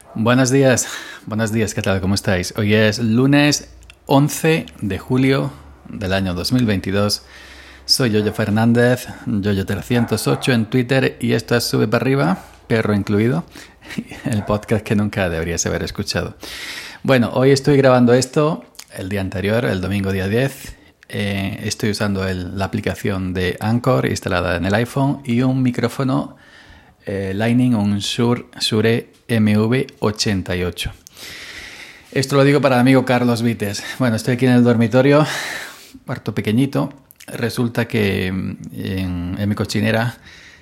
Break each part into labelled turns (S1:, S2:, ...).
S1: Buenos días, ¿qué tal? ¿Cómo estáis? Hoy es lunes 11 de julio del año 2022. Soy Yoyo Fernández, Yoyo308 en Twitter y esto es Sube para Arriba, perro incluido, el podcast que nunca deberías haber escuchado. Bueno, hoy estoy grabando esto el día anterior, el domingo día 10. Estoy usando la aplicación de Anchor instalada en el iPhone y un micrófono Lightning, un Shure MV88. Esto lo digo para el amigo Carlos Vites. Bueno, estoy aquí en el dormitorio, cuarto pequeñito. Resulta que en mi cochinera,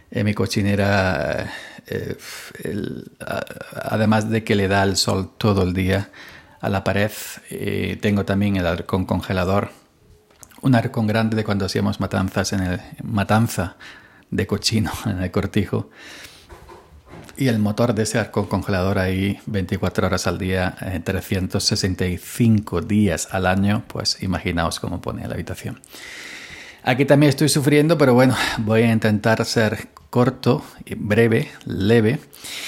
S1: además de que le da el sol todo el día a la pared, tengo también el arcón congelador. Un arcón grande de cuando hacíamos matanza de cochino en el Cortijo. Y el motor de ese arcón congelador ahí 24 horas al día, 365 días al año, pues imaginaos cómo pone la habitación. Aquí también estoy sufriendo, pero bueno, voy a intentar ser corto, breve, leve.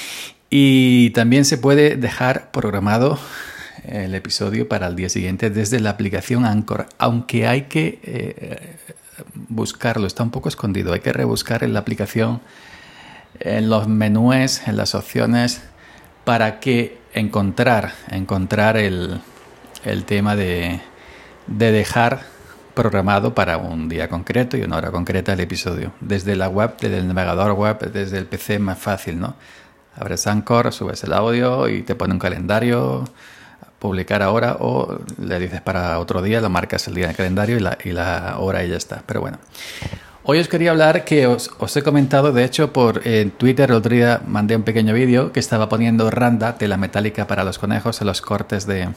S1: Y también se puede dejar programado el episodio para el día siguiente desde la aplicación Anchor, aunque hay que buscarlo, está un poco escondido, hay que rebuscar en la aplicación, en los menús, en las opciones, para que encontrar el tema de dejar programado para un día concreto y una hora concreta el episodio. Desde la web, desde el navegador web, desde el PC es más fácil, ¿no? Abres Anchor, subes el audio y te pone un calendario, publicar ahora, o le dices para otro día, lo marcas el día en el calendario y la hora y ya está. Pero bueno, hoy os quería hablar que os he comentado, de hecho, por Twitter el otro día mandé un pequeño vídeo que estaba poniendo randa, tela metálica para los conejos, en los cortes de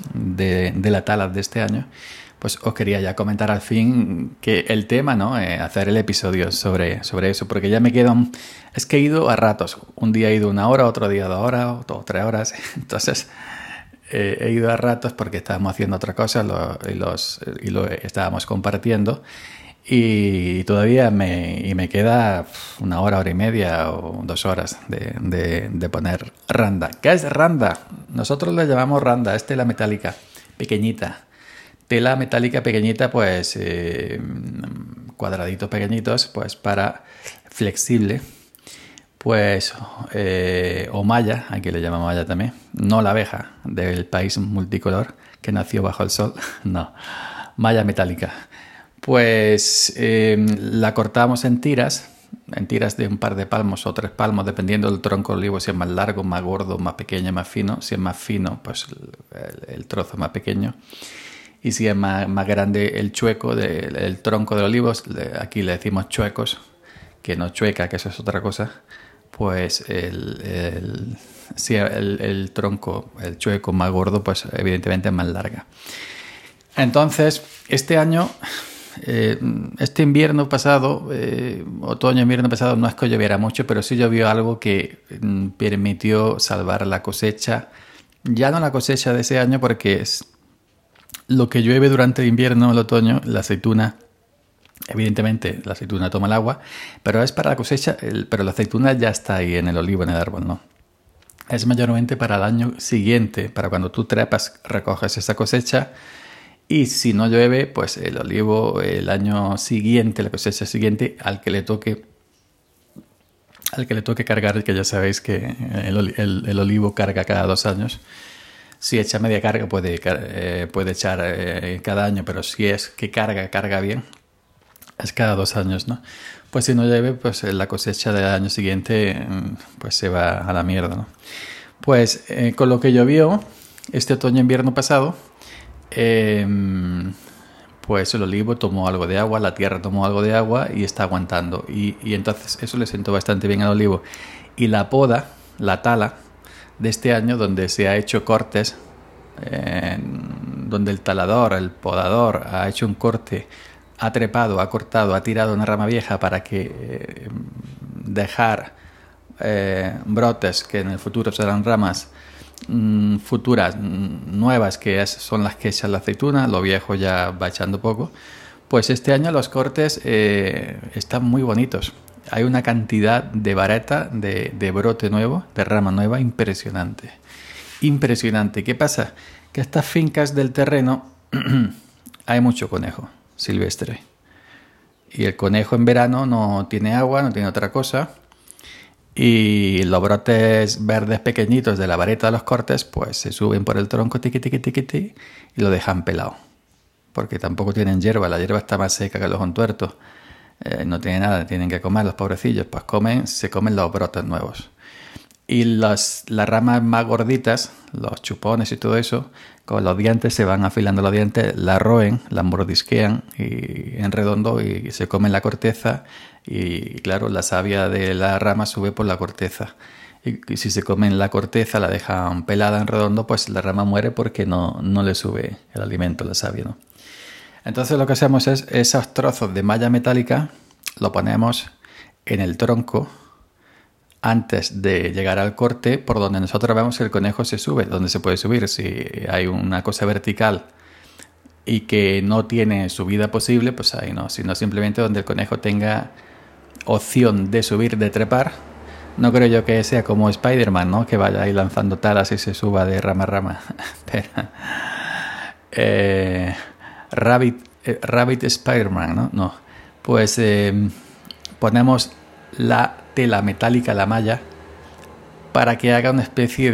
S1: la tala de este año. Pues os quería ya comentar al fin que el tema, ¿no? Hacer el episodio sobre eso, porque ya me quedan... Es que he ido a ratos. Un día he ido 1 hora, otro día 2 horas, o 3 horas. Entonces he ido a ratos porque estábamos haciendo otra cosa y lo estábamos compartiendo. Y todavía me queda 1 hora, hora y media o 2 horas de poner randa. ¿Qué es randa? Nosotros le llamamos randa, es tela metálica pequeñita. Tela metálica pequeñita, pues cuadraditos pequeñitos, pues para flexible, pues o malla, aquí le llamamos malla también, no la abeja del país multicolor que nació bajo el sol, no, malla metálica. Pues la cortamos en tiras de un par de palmos o 3 palmos, dependiendo del tronco de olivo, si es más largo, más gordo, más pequeño, más fino. Si es más fino, pues el trozo más pequeño. Y si es más grande el chueco del tronco de olivos, aquí le decimos chuecos, que no chueca, que eso es otra cosa, pues si el tronco, el chueco más gordo, pues evidentemente es más larga. Entonces, este año, este invierno pasado, otoño-invierno pasado, no es que lloviera mucho, pero sí llovió algo que permitió salvar la cosecha. Ya no la cosecha de ese año, porque es lo que llueve durante el invierno, el otoño, la aceituna, evidentemente la aceituna toma el agua, pero es para la cosecha, pero la aceituna ya está ahí en el olivo, en el árbol, ¿no? Es mayormente para el año siguiente, para cuando tú trepas, recoges esa cosecha, y si no llueve, pues el olivo, el año siguiente, la cosecha siguiente, al que le toque cargar, que ya sabéis que el olivo carga cada 2 años. Si echa media carga puede echar cada año, pero si es que carga bien, es cada 2 años, ¿no? Pues si no llueve, pues la cosecha del año siguiente pues se va a la mierda, ¿no? Pues con lo que llovió este otoño-invierno pasado, pues el olivo tomó algo de agua, la tierra tomó algo de agua y está aguantando. Y entonces eso le sentó bastante bien al olivo. Y la poda, la tala de este año, donde se ha hecho cortes, donde el talador, el podador ha hecho un corte, ha trepado, ha cortado, ha tirado una rama vieja para que dejar brotes que en el futuro serán ramas futuras, nuevas, que son las que echan la aceituna. Lo viejo ya va echando poco. Pues este año los cortes están muy bonitos. hay una cantidad de vareta, de brote nuevo, de rama nueva, impresionante. Impresionante. ¿Qué pasa? Que estas fincas del terreno hay mucho conejo silvestre. Y el conejo en verano no tiene agua, no tiene otra cosa. Y los brotes verdes pequeñitos de la vareta de los cortes, pues se suben por el tronco tiqui, tiqui, tiqui, tiqui, y lo dejan pelado. Porque tampoco tienen hierba, la hierba está más seca que los entuertos. No tiene nada, tienen que comer los pobrecillos, pues se comen los brotes nuevos. Y las ramas más gorditas, los chupones y todo eso, con los dientes se van afilando los dientes, la roen, la mordisquean en redondo y se comen la corteza. Y claro, la savia de la rama sube por la corteza. Y si se comen la corteza, la dejan pelada en redondo, pues la rama muere porque no le sube el alimento, la savia, ¿no? Entonces lo que hacemos es esos trozos de malla metálica lo ponemos en el tronco antes de llegar al corte, por donde nosotros vemos que el conejo se sube, donde se puede subir. Si hay una cosa vertical y que no tiene subida posible, pues ahí no, sino simplemente donde el conejo tenga opción de subir, de trepar. No creo yo que sea como Spider-Man, ¿no? Que vaya ahí lanzando talas y se suba de rama a rama. Pero, Rabbit Spider-Man, ¿no? No. Pues ponemos la tela metálica, la malla, para que haga una especie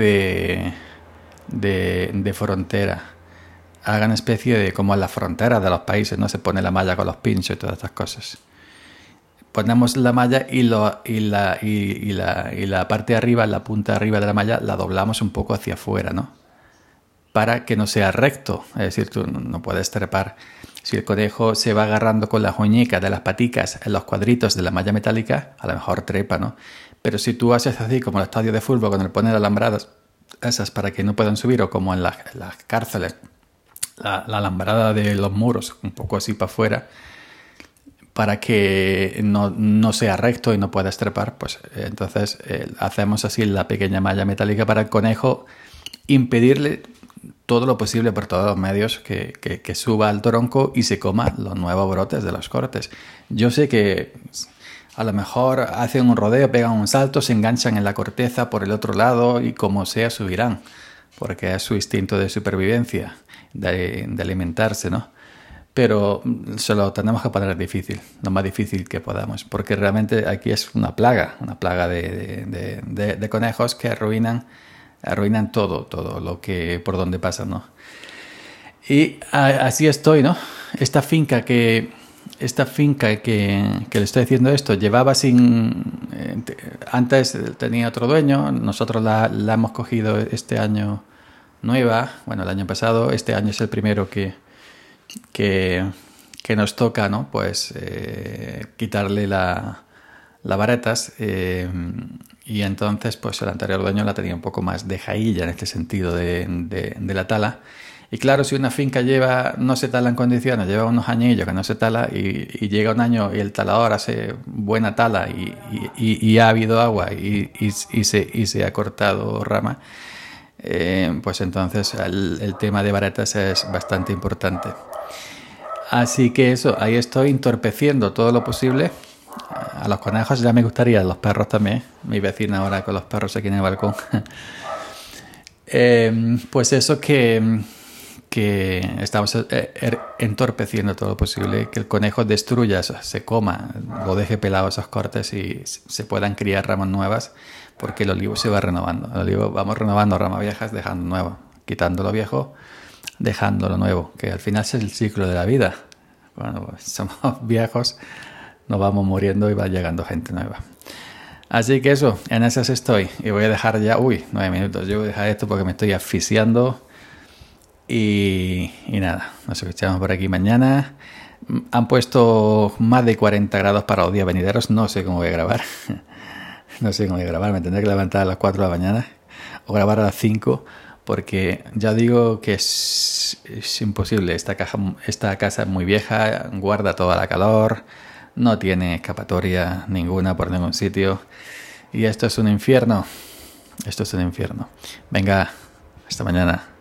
S1: de frontera. Haga una especie de, como en las fronteras de los países, ¿no? Se pone la malla con los pinchos y todas estas cosas. Ponemos la malla y la parte de arriba, la punta de arriba de la malla, la doblamos un poco hacia afuera, ¿no? Para que no sea recto. Es decir, tú no puedes trepar. Si el conejo se va agarrando con las uñicas de las paticas en los cuadritos de la malla metálica, a lo mejor trepa, ¿no? Pero si tú haces así, como en el estadio de fútbol, cuando le ponen alambradas esas para que no puedan subir, o como en las cárceles, la alambrada de los muros, un poco así para afuera, para que no sea recto y no puedas trepar, pues entonces hacemos así la pequeña malla metálica para el conejo, impedirle todo lo posible por todos los medios que suba al tronco y se coma los nuevos brotes de los cortes. Yo sé que a lo mejor hacen un rodeo, pegan un salto, se enganchan en la corteza por el otro lado y como sea subirán, porque es su instinto de supervivencia, de alimentarse, ¿no? Pero se lo tenemos que poner difícil, lo más difícil que podamos, porque realmente aquí es una plaga de conejos que arruinan todo lo que por donde pasan, ¿no? Y así estoy, ¿no? Esta finca que le estoy diciendo esto llevaba antes tenía otro dueño, nosotros la hemos cogido este año nueva, bueno, el año pasado, este año es el primero que nos toca, ¿no? Pues quitarle las varetas, y entonces pues el anterior dueño la tenía un poco más de jailla en este sentido de la tala. Y claro, si una finca no se tala en condiciones, lleva unos añillos que no se tala y llega un año y el talador hace buena tala y ha habido agua y se ha cortado rama, pues entonces el tema de varetas es bastante importante. Así que eso, ahí estoy entorpeciendo todo lo posible. A los conejos ya me gustaría, a los perros también. Mi vecina ahora con los perros aquí en el balcón. Pues eso que estamos entorpeciendo todo lo posible, que el conejo destruya, se coma, lo deje pelado esos cortes y se puedan criar ramas nuevas, porque el olivo se va renovando. El olivo vamos renovando ramas viejas, dejando nuevo, quitando lo viejo, dejando lo nuevo, que al final es el ciclo de la vida. Cuando somos viejos nos vamos muriendo y va llegando gente nueva. Así que eso, en esas estoy. Y voy a dejar ya, 9 minutos. Yo voy a dejar esto porque me estoy asfixiando. Y nada, nos escuchamos por aquí mañana. Han puesto más de 40 grados para los días venideros. No sé cómo voy a grabar. Me tendré que levantar a las 4 de la mañana o grabar a las 5, porque ya digo que es imposible. Esta casa es muy vieja, guarda toda la calor, no tiene escapatoria ninguna por ningún sitio. Y esto es un infierno. Venga, hasta mañana.